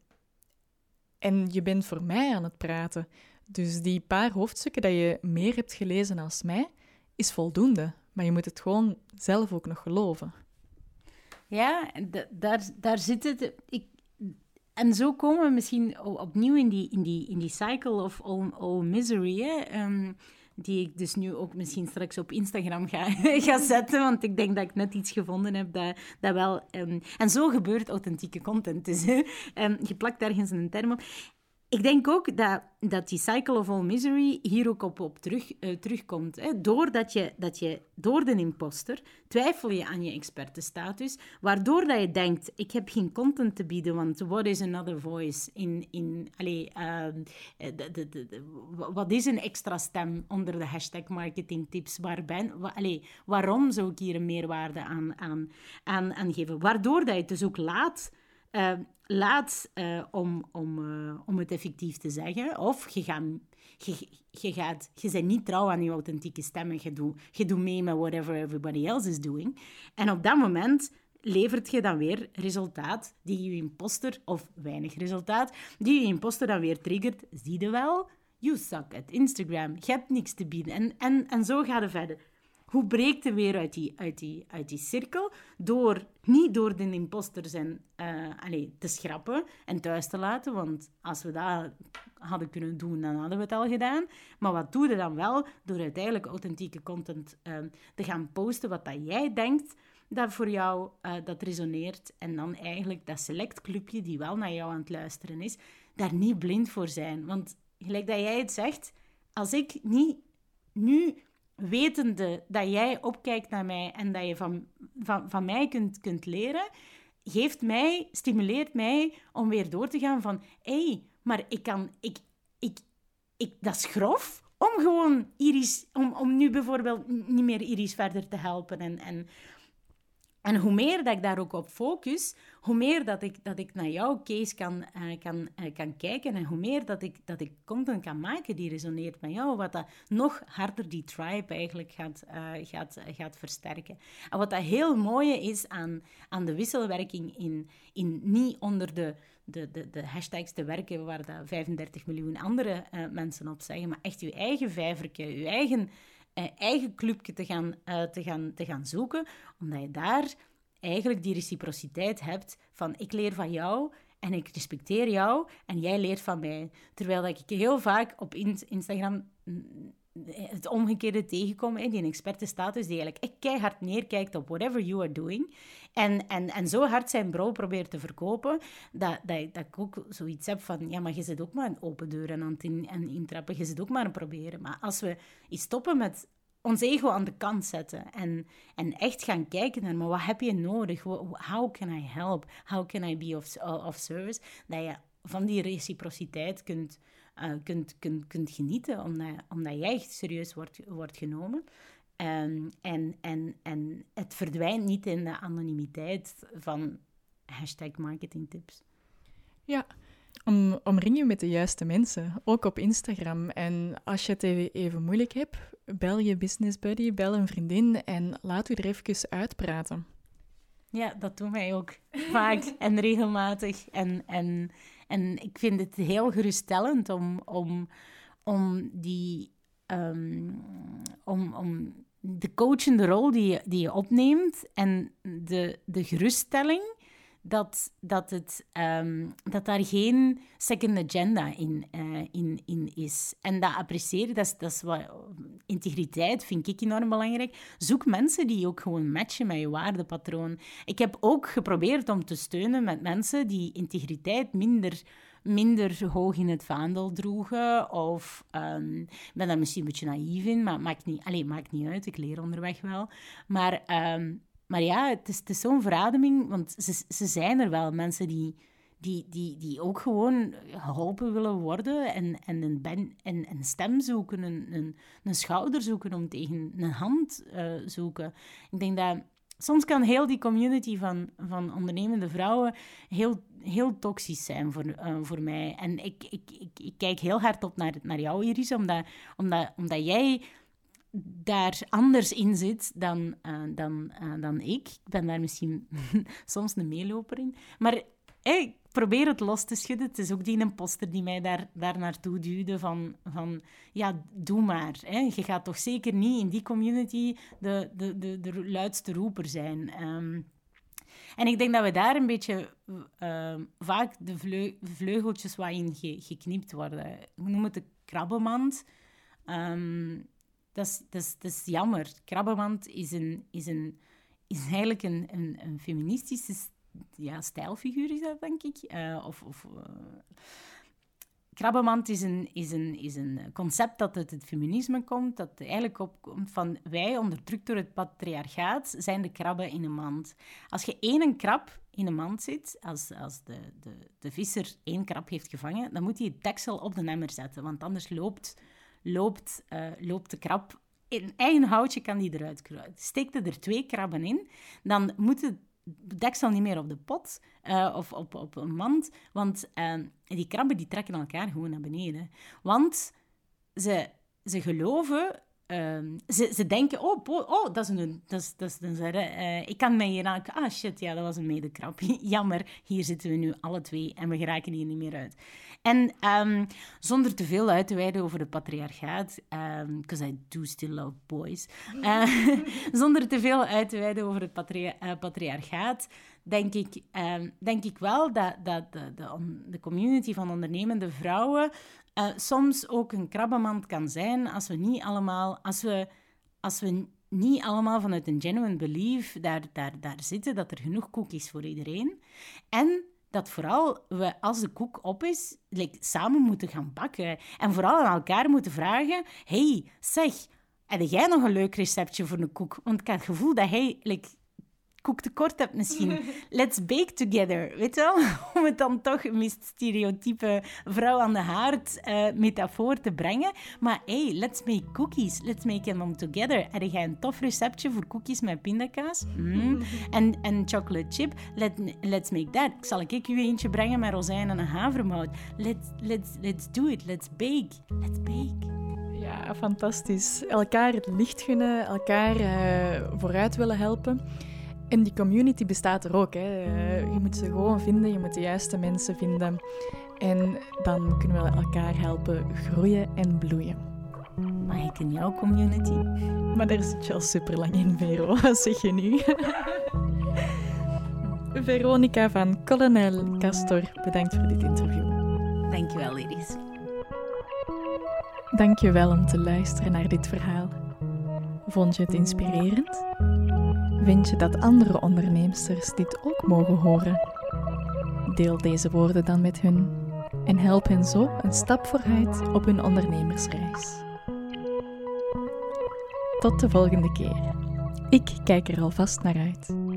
en je bent voor mij aan het praten. Dus die paar hoofdstukken dat je meer hebt gelezen als mij, is voldoende. Maar je moet het gewoon zelf ook nog geloven. Ja, d- daar, daar zit het... Ik, en zo komen we misschien opnieuw in die, in die, in die cycle of all, all misery, hè? Um, die ik dus nu ook misschien straks op Instagram ga, ga zetten, want ik denk dat ik net iets gevonden heb dat, dat wel... Um, en zo gebeurt authentieke content. Dus, hè? Um, je plakt ergens een term op. Ik denk ook dat, dat die cycle of all misery hier ook op, op terug, uh, terugkomt. Hè. Doordat je, dat je, door de imposter twijfel je aan je expertenstatus, waardoor dat je denkt, ik heb geen content te bieden, want what is another voice? In, in, allee, uh, de, de, de, de, wat is een extra stem onder de hashtag marketingtips? Waar ben, wa, allee, waarom zou ik hier een meerwaarde aan, aan, aan, aan geven? Waardoor dat je het dus ook laat... uh, laat uh, om, om, uh, om het effectief te zeggen. Of je gaat, je, je gaat, je bent niet trouw aan je authentieke stem en je doet, je doet mee met whatever everybody else is doing. En op dat moment levert je dan weer resultaat die je imposter, of weinig resultaat, die je imposter dan weer triggert. Zie je wel? You suck at Instagram. Je hebt niks te bieden. En, en, en zo gaat het verder. Hoe breekt je weer uit die, uit die, uit die cirkel? Door, niet door de imposter zijn, uh, allez, te schrappen en thuis te laten. Want als we dat hadden kunnen doen, dan hadden we het al gedaan. Maar wat doe je dan wel? Door uiteindelijk authentieke content uh, te gaan posten wat dat jij denkt dat voor jou uh, dat resoneert. En dan eigenlijk dat select clubje die wel naar jou aan het luisteren is, daar niet blind voor zijn. Want gelijk dat jij het zegt, als ik niet nu, wetende dat jij opkijkt naar mij en dat je van, van, van mij kunt, kunt leren, geeft mij, stimuleert mij om weer door te gaan van, hé, hey, maar ik kan, ik, ik, ik, dat is grof om gewoon Iris, om, om nu bijvoorbeeld niet meer Iris verder te helpen en... en En hoe meer dat ik daar ook op focus, hoe meer dat ik, dat ik naar jouw case kan, uh, kan, uh, kan kijken en hoe meer dat ik, dat ik content kan maken die resoneert met jou, wat dat nog harder die tribe eigenlijk gaat, uh, gaat, uh, gaat versterken. En wat dat heel mooie is aan, aan de wisselwerking in, in niet onder de, de, de, de hashtags te werken waar dat vijfendertig miljoen andere uh, mensen op zeggen, maar echt je eigen vijverke, je eigen... Uh, eigen clubje te gaan, uh, te, gaan, te gaan zoeken, omdat je daar eigenlijk die reciprociteit hebt van ik leer van jou en ik respecteer jou en jij leert van mij. Terwijl dat ik heel vaak op Instagram het omgekeerde tegenkom, hè, die een expertenstatus die eigenlijk echt keihard neerkijkt op whatever you are doing en, en, en zo hard zijn bro probeert te verkopen, dat, dat, dat ik ook zoiets heb van, ja, maar je zit ook maar een open deur en aan het in, en intrappen, je zit ook maar aan het proberen. Maar als we iets stoppen met ons ego aan de kant zetten en, en echt gaan kijken naar, maar wat heb je nodig? How can I help? How can I be of, of service? Dat je van die reciprociteit kunt, uh, kunt, kunt, kunt genieten, omdat, omdat jij echt serieus wordt, wordt genomen. Um, en, en, en het verdwijnt niet in de anonimiteit van hashtag marketingtips. Ja, om, omring je met de juiste mensen, ook op Instagram. En als je het even, even moeilijk hebt, bel je business buddy, bel een vriendin en laat u er even uitpraten. Ja, dat doen wij ook vaak en regelmatig. En, en, en ik vind het heel geruststellend om, om, om die... Um, om, om de coachende rol die je, die je opneemt en de, de geruststelling dat, dat, het, um, dat daar geen second agenda in, uh, in, in is. En dat appreciëren, dat is, dat is wat, integriteit vind ik enorm belangrijk. Zoek mensen die ook gewoon matchen met je waardepatroon. Ik heb ook geprobeerd om te steunen met mensen die integriteit minder... minder hoog in het vaandel droegen. Of um, ik ben daar misschien een beetje naïef in, maar maakt niet, allez, maakt niet uit. Ik leer onderweg wel. Maar, um, maar ja, het is, het is zo'n verademing, want ze, ze zijn er wel. Mensen die, die, die, die ook gewoon geholpen willen worden en, en een, ben, en, een stem zoeken, een, een, een schouder zoeken om tegen een hand uh, zoeken. Ik denk dat... Soms kan heel die community van, van ondernemende vrouwen heel, heel toxisch zijn voor, uh, voor mij. En ik, ik, ik, ik kijk heel hard op naar, naar jou, Iris, omdat, omdat, omdat jij daar anders in zit dan, uh, dan, uh, dan ik. Ik ben daar misschien soms een meeloper in. Maar hey, ik probeer het los te schudden. Het is ook die imposter die mij daar, daar naartoe duwde van, van ja, doe maar. Hè. Je gaat toch zeker niet in die community de, de, de, de luidste roeper zijn. Um, en ik denk dat we daar een beetje uh, vaak de vleu- vleugeltjes wat in ge- geknipt worden. Ik noem het de krabbenmand. Um, dat, is, dat, is, dat is jammer. Krabbenmand is, een, is, een, is eigenlijk een, een, een feministische ja, stijlfiguur, is dat, denk ik. Uh, of... of uh, Krabbenmand is een, is, een, is een concept dat uit het feminisme komt, dat eigenlijk opkomt van wij, onderdrukt door het patriarchaat, zijn de krabben in een mand. Als je één krab in een mand zit, als, als de, de, de visser één krab heeft gevangen, dan moet hij het deksel op de emmer zetten, want anders loopt, loopt, uh, loopt de krab... In eigen houtje kan die eruit kruiden. Steekt er er twee krabben in, dan moet het deksel niet meer op de pot uh, of op, op een mand, want uh, die krabben die trekken elkaar gewoon naar beneden. Want ze, ze geloven... Um, ze, ze denken, oh, bo- oh, dat is een... Dat is, dat is een uh, ik kan mij hier aan... Ah, shit, ja, dat was een medekrab. Jammer, hier zitten we nu alle twee en we geraken hier niet meer uit. En um, zonder te veel uit te wijden over het patriarchaat, because um, I do still love boys, uh, zonder te veel uit te wijden over het patri- uh, patriarchaat, denk ik, um, denk ik wel dat, dat de, de, de community van ondernemende vrouwen Uh, soms ook een krabbenmand kan zijn als we niet allemaal, als we, als we niet allemaal vanuit een genuine belief daar, daar, daar zitten, dat er genoeg koek is voor iedereen. En dat vooral we, als de koek op is, like, samen moeten gaan bakken. En vooral aan elkaar moeten vragen, hey, zeg, heb jij nog een leuk receptje voor een koek? Want ik heb het gevoel dat hij... Like, koektekort hebt misschien. Let's bake together, weet je wel? Om het dan toch een meest stereotype vrouw aan de haard uh, metafoor te brengen. Maar hey, let's make cookies. Let's make them together. Heb jij een tof receptje voor cookies met pindakaas? Mm. En, en chocolate chip? Let, let's make that. Zal ik u eentje brengen met rozijnen en havermout? Let's, let's, let's do it. Let's bake. Let's bake. Ja, fantastisch. Elkaar het licht gunnen, elkaar uh, vooruit willen helpen. En die community bestaat er ook. Hè. Je moet ze gewoon vinden, je moet de juiste mensen vinden. En dan kunnen we elkaar helpen groeien en bloeien. Maar ik in jouw community? Maar daar zit je al super lang in, Vero. Wat zeg je nu? Veronica van Colonel Castor, bedankt voor dit interview. Dankjewel, Iris. Dankjewel om te luisteren naar dit verhaal. Vond je het inspirerend? Vind je dat andere onderneemsters dit ook mogen horen? Deel deze woorden dan met hun en help hen zo een stap vooruit op hun ondernemersreis. Tot de volgende keer. Ik kijk er alvast naar uit.